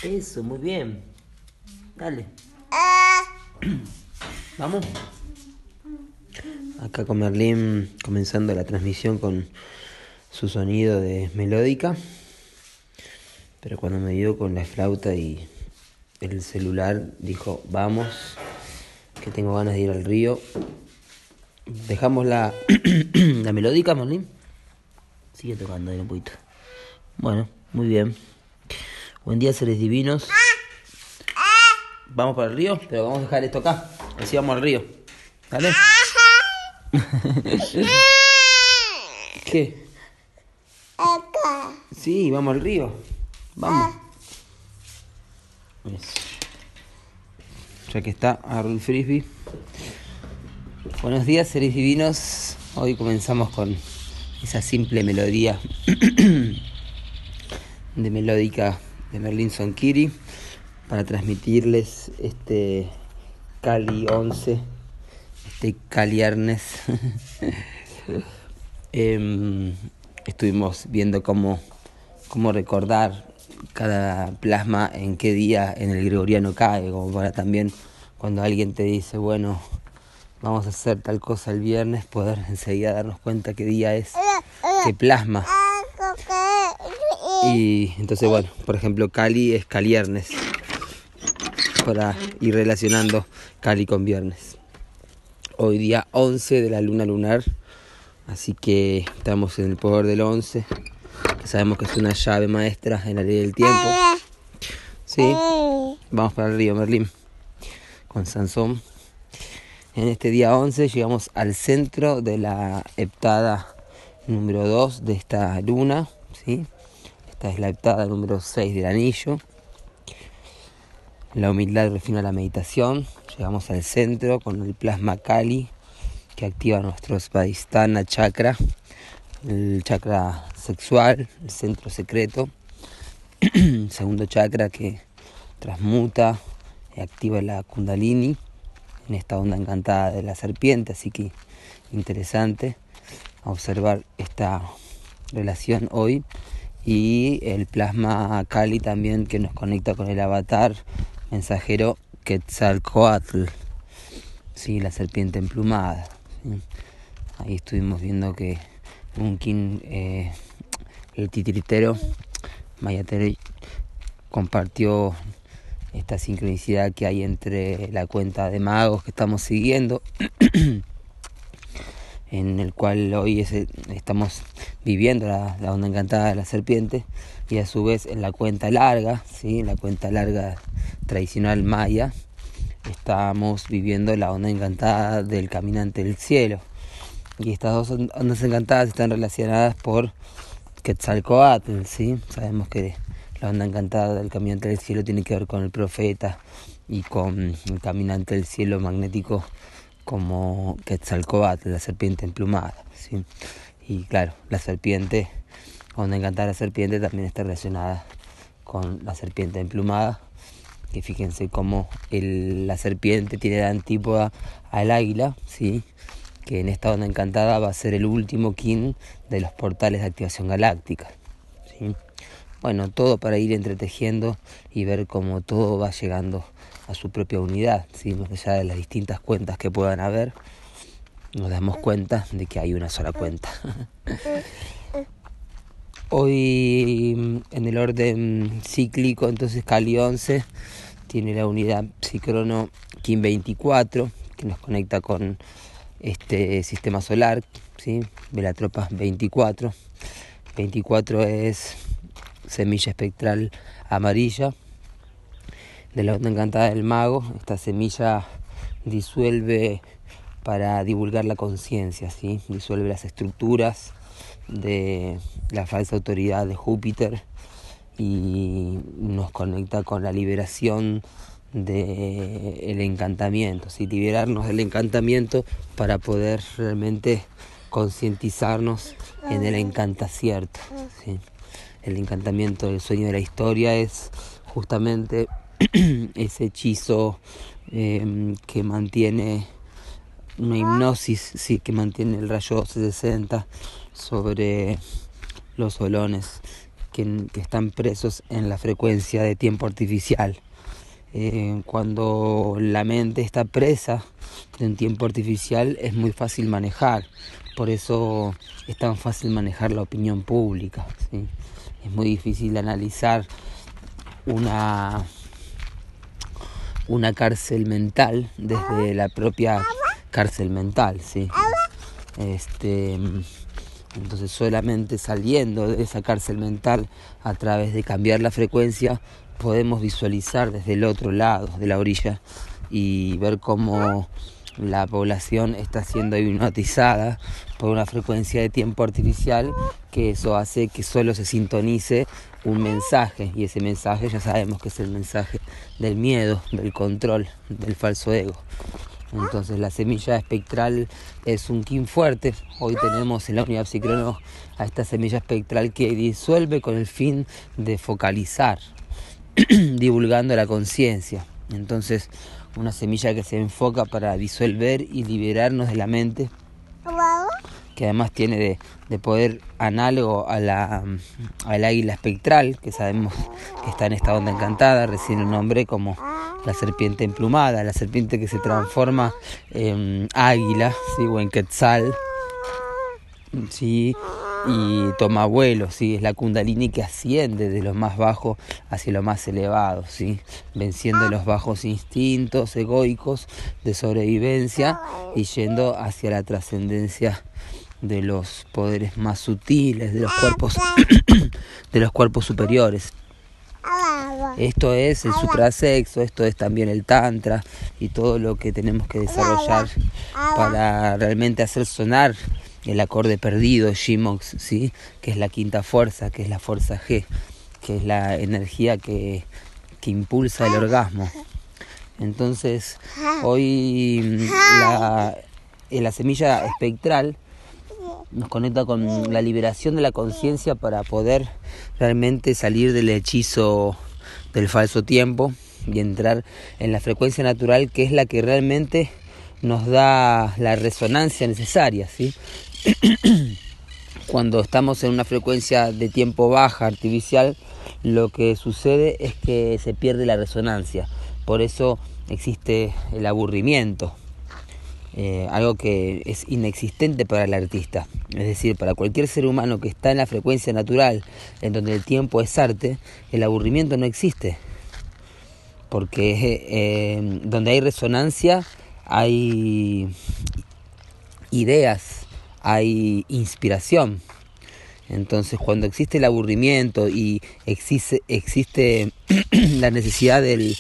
Eso, muy bien. Dale. Vamos. Acá con Merlín comenzando la transmisión con su sonido de melódica. Pero cuando me dio con la flauta y el celular, dijo, vamos, que tengo ganas de ir al río. Dejamos la melódica, Merlín. Sigue tocando ahí un poquito. Bueno, muy bien. Buen día, seres divinos. Vamos para el río, pero vamos a dejar esto acá. Así vamos al río. ¿Dale? ¿Qué? Sí, vamos al río. Vamos. Eso. Ya que está, agarro el frisbee. Buenos días, seres divinos. Hoy comenzamos con esa simple melodía de melódica de Merlín Sonkiri para transmitirles este Kali 11, este Kaliernes. Estuvimos viendo cómo recordar cada plasma en qué día en el gregoriano cae, como para también cuando alguien te dice, bueno, vamos a hacer tal cosa el viernes, poder enseguida darnos cuenta qué día es, qué plasma. Y entonces, bueno, por ejemplo, Kali es Kaliernes, para ir relacionando Kali con viernes. Hoy día 11 de la luna lunar, así que estamos en el poder del 11, que sabemos que es una llave maestra en la ley del tiempo. Sí, vamos para el río Merlín con Sansón. En este día 11 llegamos al centro de la heptada número 2 de esta luna, ¿sí? Esta es la heptada número 6 del anillo. La humildad refina la meditación. Llegamos al centro con el plasma Kali que activa nuestro Svadhisthana chakra, el chakra sexual, el centro secreto. Segundo chakra que transmuta y activa la Kundalini en esta onda encantada de la serpiente, así que interesante observar esta relación hoy. Y el plasma Kali también que nos conecta con el avatar mensajero Quetzalcóatl, sí, la serpiente emplumada, ¿sí? Ahí estuvimos viendo que Unkin, el titiritero Mayateri, compartió esta sincronicidad que hay entre la cuenta de magos que estamos siguiendo en el cual hoy estamos viviendo la onda encantada de la serpiente, y a su vez en la cuenta larga, ¿sí? La cuenta larga tradicional maya, estamos viviendo la onda encantada del caminante del cielo, y estas dos ondas encantadas están relacionadas por Quetzalcóatl, ¿sí? Sabemos que la onda encantada del caminante del cielo tiene que ver con el profeta y con el caminante del cielo magnético como Quetzalcóatl, la serpiente emplumada, ¿sí? Y claro, la serpiente, onda encantada de la serpiente, también está relacionada con la serpiente emplumada, que fíjense cómo la serpiente tiene de antípoda al águila, ¿sí? Que en esta onda encantada va a ser el último kin de los portales de activación galáctica, ¿sí? Bueno, todo para ir entretejiendo y ver cómo todo va llegando a su propia unidad, ¿sí? Más allá de las distintas cuentas que puedan haber, nos damos cuenta de que hay una sola cuenta. Hoy, en el orden cíclico, entonces Kali 11 tiene la unidad psicrono Kin 24, que nos conecta con este sistema solar, ¿sí? Velatropa 24. 24 es semilla espectral amarilla de la onda encantada del mago. Esta semilla disuelve para divulgar la conciencia, ¿sí? Disuelve las estructuras de la falsa autoridad de Júpiter y nos conecta con la liberación del encantamiento, ¿sí? Liberarnos del encantamiento para poder realmente concientizarnos en el encantacierto, ¿sí? El encantamiento del sueño de la historia es justamente ese hechizo que mantiene una hipnosis, sí, que mantiene el rayo 60 sobre los solones que están presos en la frecuencia de tiempo artificial. Cuando la mente está presa de un tiempo artificial es muy fácil manejar, por eso es tan fácil manejar la opinión pública, ¿sí? Es muy difícil analizar una cárcel mental desde la propia cárcel mental, ¿sí? Entonces solamente saliendo de esa cárcel mental a través de cambiar la frecuencia podemos visualizar desde el otro lado de la orilla y ver cómo la población está siendo hipnotizada por una frecuencia de tiempo artificial, que eso hace que solo se sintonice un mensaje, y ese mensaje ya sabemos que es el mensaje del miedo, del control, del falso ego. Entonces la semilla espectral es un kin fuerte. Hoy tenemos en la unidad Psicrono a esta semilla espectral que disuelve con el fin de focalizar, divulgando la conciencia. Entonces una semilla que se enfoca para disolver y liberarnos de la mente, que además tiene de poder análogo al águila espectral, que sabemos que está en esta onda encantada. Recién lo nombré como la serpiente emplumada, la serpiente que se transforma en águila, ¿sí? O en quetzal, ¿sí? Y toma vuelo, ¿sí? Es la kundalini que asciende de lo más bajo hacia lo más elevado, ¿sí? Venciendo los bajos instintos egoicos de sobrevivencia y yendo hacia la trascendencia de los poderes más sutiles, de los cuerpos superiores. Esto es el suprasexo, esto es también el tantra y todo lo que tenemos que desarrollar para realmente hacer sonar el acorde perdido, Shimox, ¿sí? Que es la quinta fuerza, que es la fuerza G, que es la energía que impulsa el orgasmo. Entonces, hoy la semilla espectral nos conecta con la liberación de la conciencia para poder realmente salir del hechizo del falso tiempo y entrar en la frecuencia natural, que es la que realmente nos da la resonancia necesaria, ¿sí? Cuando estamos en una frecuencia de tiempo baja, artificial, lo que sucede es que se pierde la resonancia. Por eso existe el aburrimiento, algo que es inexistente para el artista. Es decir, para cualquier ser humano que está en la frecuencia natural, en donde el tiempo es arte, el aburrimiento no existe. Porque donde hay resonancia hay ideas, hay inspiración. Entonces, cuando existe el aburrimiento y existe la necesidad del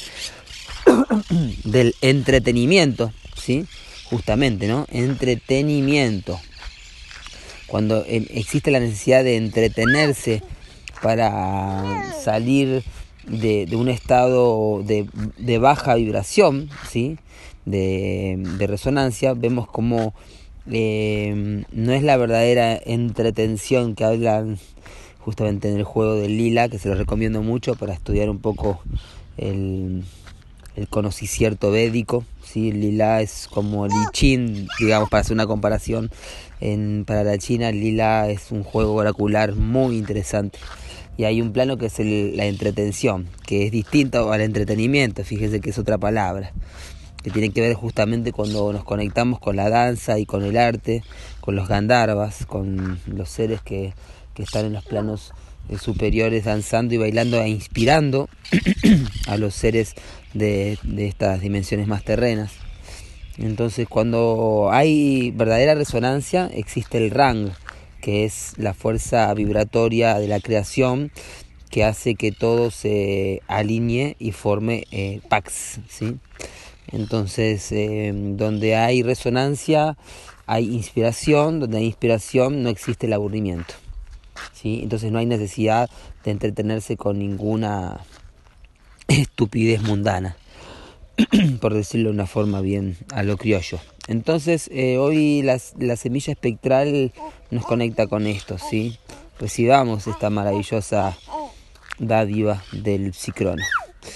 entretenimiento, ¿sí? Justamente, ¿no? Entretenimiento. Cuando existe la necesidad de entretenerse para salir de un estado de baja vibración, ¿sí? De resonancia, vemos como no es la verdadera entretención que hablan justamente en el juego del lila, que se lo recomiendo mucho para estudiar un poco el conocimiento védico, ¿sí? El lila es como el I Ching, digamos, para hacer una comparación. Para la China, el lila es un juego oracular muy interesante. Y hay un plano que es la entretención, que es distinto al entretenimiento. Fíjense que es otra palabra, que tiene que ver justamente cuando nos conectamos con la danza y con el arte, con los gandharvas, con los seres que están en los planos superiores danzando y bailando e inspirando a los seres de estas dimensiones más terrenas. Entonces, cuando hay verdadera resonancia, existe el rang, que es la fuerza vibratoria de la creación que hace que todo se alinee y forme Pax, ¿sí? Entonces, donde hay resonancia, hay inspiración. Donde hay inspiración, no existe el aburrimiento, ¿sí? Entonces no hay necesidad de entretenerse con ninguna estupidez mundana, por decirlo de una forma bien a lo criollo. Entonces, hoy la semilla espectral nos conecta con esto, ¿sí? Recibamos esta maravillosa dádiva del Psicrono.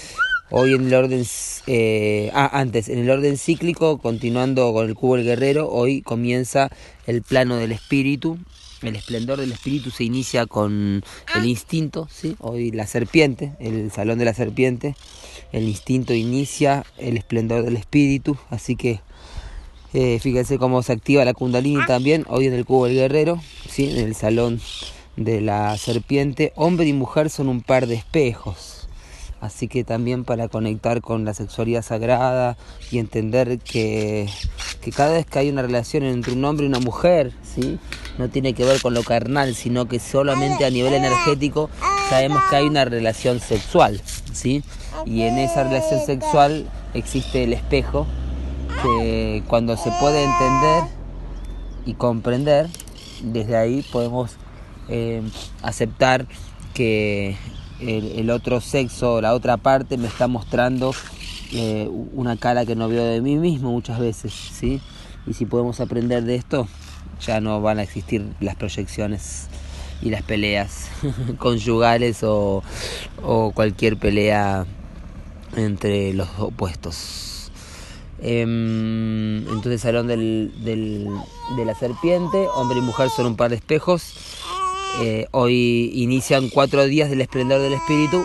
Hoy en el orden, en el orden cíclico, continuando con el cubo del guerrero, hoy comienza el plano del espíritu. El esplendor del espíritu se inicia con el instinto, ¿sí? Hoy la serpiente, el salón de la serpiente, el instinto inicia el esplendor del espíritu, así que fíjense cómo se activa la Kundalini también, hoy en el cubo del guerrero, ¿sí? En el salón de la serpiente, hombre y mujer son un par de espejos. Así que también para conectar con la sexualidad sagrada y entender que cada vez que hay una relación entre un hombre y una mujer, ¿sí? No tiene que ver con lo carnal, sino que solamente a nivel energético sabemos que hay una relación sexual, ¿sí? Y en esa relación sexual existe el espejo, que cuando se puede entender y comprender, desde ahí podemos aceptar que el otro sexo, la otra parte, me está mostrando una cara que no veo de mí mismo muchas veces, ¿sí? Y si podemos aprender de esto, ya no van a existir las proyecciones y las peleas conyugales o cualquier pelea entre los opuestos. Entonces, salón de la serpiente, hombre y mujer son un par de espejos. Hoy inician 4 días del esplendor del espíritu.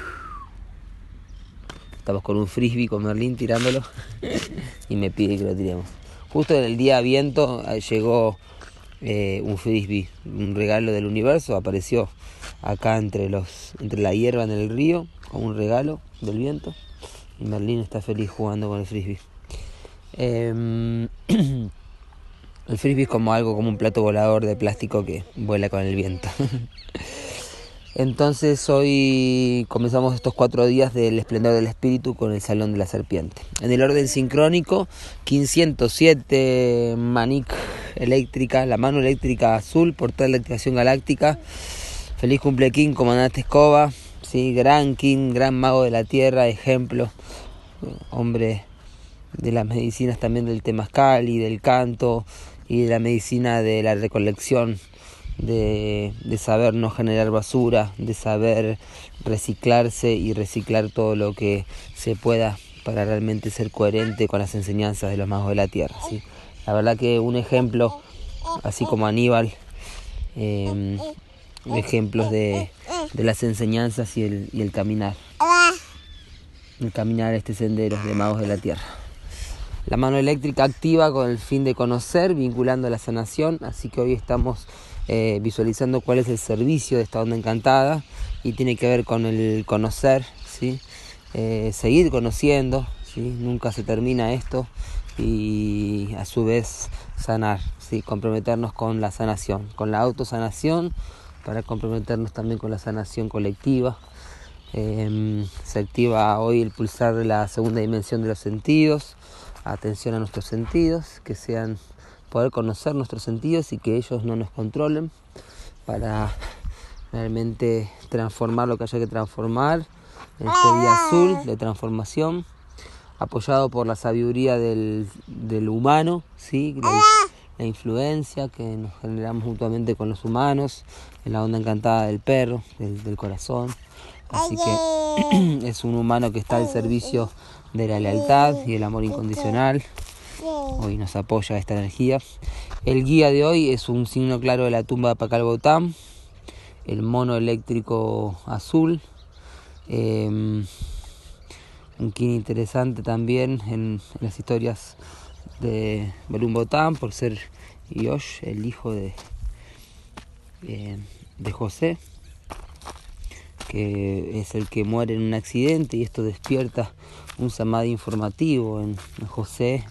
Estamos con un frisbee con Merlín tirándolo y me pide que lo tiremos. Justo en el día viento llegó un frisbee, un regalo del universo, apareció acá entre la hierba en el río, como un regalo del viento, y Merlín está feliz jugando con el frisbee. El frisbee es como un plato volador de plástico que vuela con el viento. Entonces hoy comenzamos estos 4 días del esplendor del espíritu con el salón de la serpiente. En el orden sincrónico, 1507 Manik eléctrica, la mano eléctrica azul, portal de activación galáctica. Feliz cumple King, comandante Escoba, ¿sí? Gran King, gran mago de la tierra, ejemplo, hombre de las medicinas también del temazcal y del canto y de la medicina de la recolección, de saber no generar basura, de saber reciclarse y reciclar todo lo que se pueda para realmente ser coherente con las enseñanzas de los magos de la tierra, ¿sí? La verdad que un ejemplo, así como Aníbal, ejemplos de las enseñanzas y el caminar este sendero de magos de la tierra. La mano eléctrica activa con el fin de conocer, vinculando a la sanación, así que hoy estamos visualizando cuál es el servicio de esta onda encantada y tiene que ver con el conocer, ¿sí? Seguir conociendo, ¿sí? Nunca se termina esto, y a su vez sanar, ¿sí? Comprometernos con la sanación, con la autosanación, para comprometernos también con la sanación colectiva. Se activa hoy el pulsar de la segunda dimensión de los sentidos. Atención a nuestros sentidos, que sean poder conocer nuestros sentidos y que ellos no nos controlen, para realmente transformar lo que haya que transformar en este día azul de transformación, apoyado por la sabiduría del humano, ¿sí? La influencia que nos generamos mutuamente con los humanos, en la onda encantada del perro, del corazón. Así que es un humano que está al servicio de la lealtad y el amor incondicional. Hoy nos apoya esta energía. El guía de hoy es un signo claro de la tumba de Pakal Botam, el mono eléctrico azul. Un kin interesante también en las historias de Balum Botam, por ser Yosh, el hijo de José, que es el que muere en un accidente, y esto despierta un samadhi informativo en José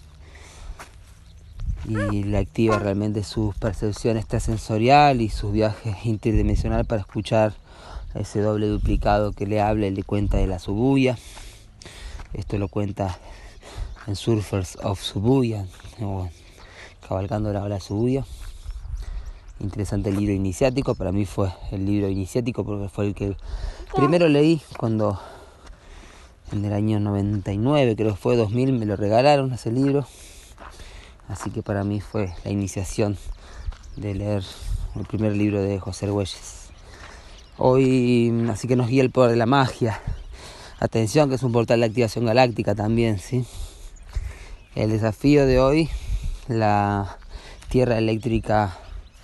y le activa realmente su percepción extrasensorial y sus viajes interdimensionales para escuchar a ese doble duplicado que le habla y le cuenta de la Subuya. Esto lo cuenta en Surfers of Subuya, o cabalgando la ola Subuya. Interesante el libro iniciático, para mí fue el libro iniciático porque fue el que primero leí cuando en el año 99, creo que fue 2000, me lo regalaron ese libro, así que para mí fue la iniciación de leer el primer libro de José Argüelles. Hoy, así que nos guía el poder de la magia, Atención, que es un portal de activación galáctica también, ¿sí? El desafío de hoy, la tierra eléctrica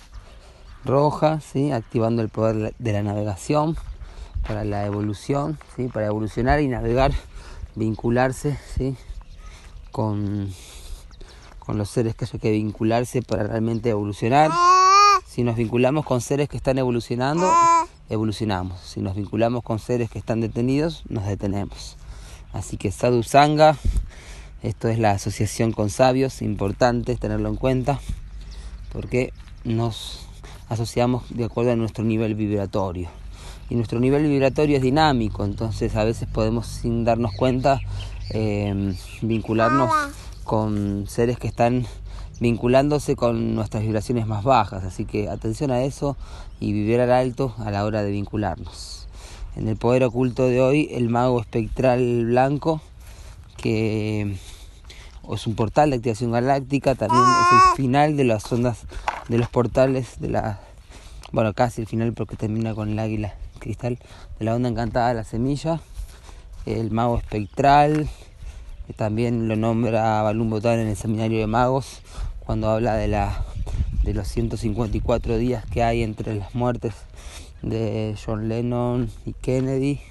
roja, ¿sí? Activando el poder de la navegación para la evolución, ¿sí? Para evolucionar y navegar, vincularse, ¿sí? con los seres que hay que vincularse para realmente evolucionar. Si nos vinculamos con seres que están evolucionando, evolucionamos. Si nos vinculamos con seres que están detenidos, nos detenemos. Así que Sadhu Sangha, esto es la asociación con sabios, importante tenerlo en cuenta, porque nos asociamos de acuerdo a nuestro nivel vibratorio. Y nuestro nivel vibratorio es dinámico, entonces a veces podemos, sin darnos cuenta, vincularnos con seres que están vinculándose con nuestras vibraciones más bajas. Así que atención a eso y vibrar alto a la hora de vincularnos. En el poder oculto de hoy, el mago espectral blanco, que es un portal de activación galáctica, también es el final de las ondas de los portales de la, bueno, casi el final porque termina con el águila cristal de la onda encantada de la semilla. El mago espectral, también lo nombra Balum Botán en el seminario de magos cuando habla de los 154 días que hay entre las muertes de John Lennon y Kennedy.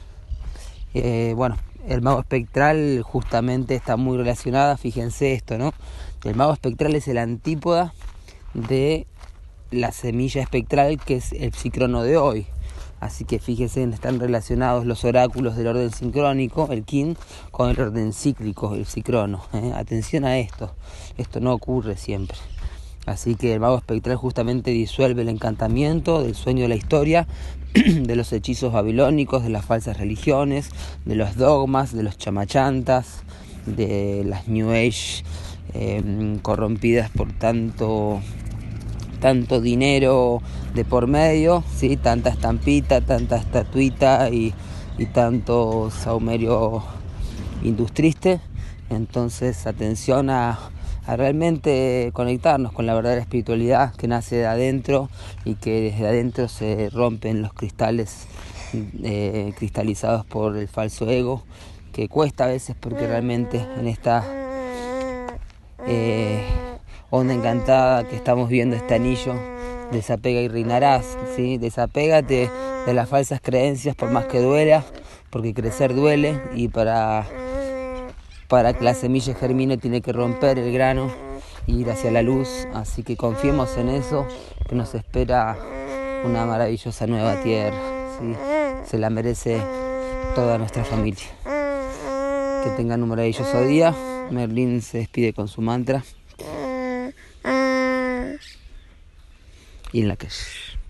Bueno, el mago espectral justamente está muy relacionada, fíjense esto, ¿no? El mago espectral es el antípoda de la semilla espectral, que es el psicrono de hoy. Así que fíjense, están relacionados los oráculos del orden sincrónico, el kin, con el orden cíclico, el psicrono. Atención a esto no ocurre siempre. Así que el mago espectral justamente disuelve el encantamiento del sueño de la historia, de los hechizos babilónicos, de las falsas religiones, de los dogmas, de los chamachantas, de las New Age corrompidas por tanto dinero de por medio, ¿sí? Tanta estampita, tanta estatuita y tanto saumerio industriste. Entonces atención a realmente conectarnos con la verdadera espiritualidad que nace de adentro y que desde adentro se rompen los cristales cristalizados por el falso ego, que cuesta a veces porque realmente en esta onda encantada que estamos viendo, este anillo, desapega y reinarás, ¿sí? Desapégate de las falsas creencias por más que duela, porque crecer duele y para que la semilla germine tiene que romper el grano e ir hacia la luz. Así que confiemos en eso, que nos espera una maravillosa nueva tierra, ¿sí? Se la merece toda nuestra familia. Que tengan un maravilloso día. Merlín se despide con su mantra. Y en la calle.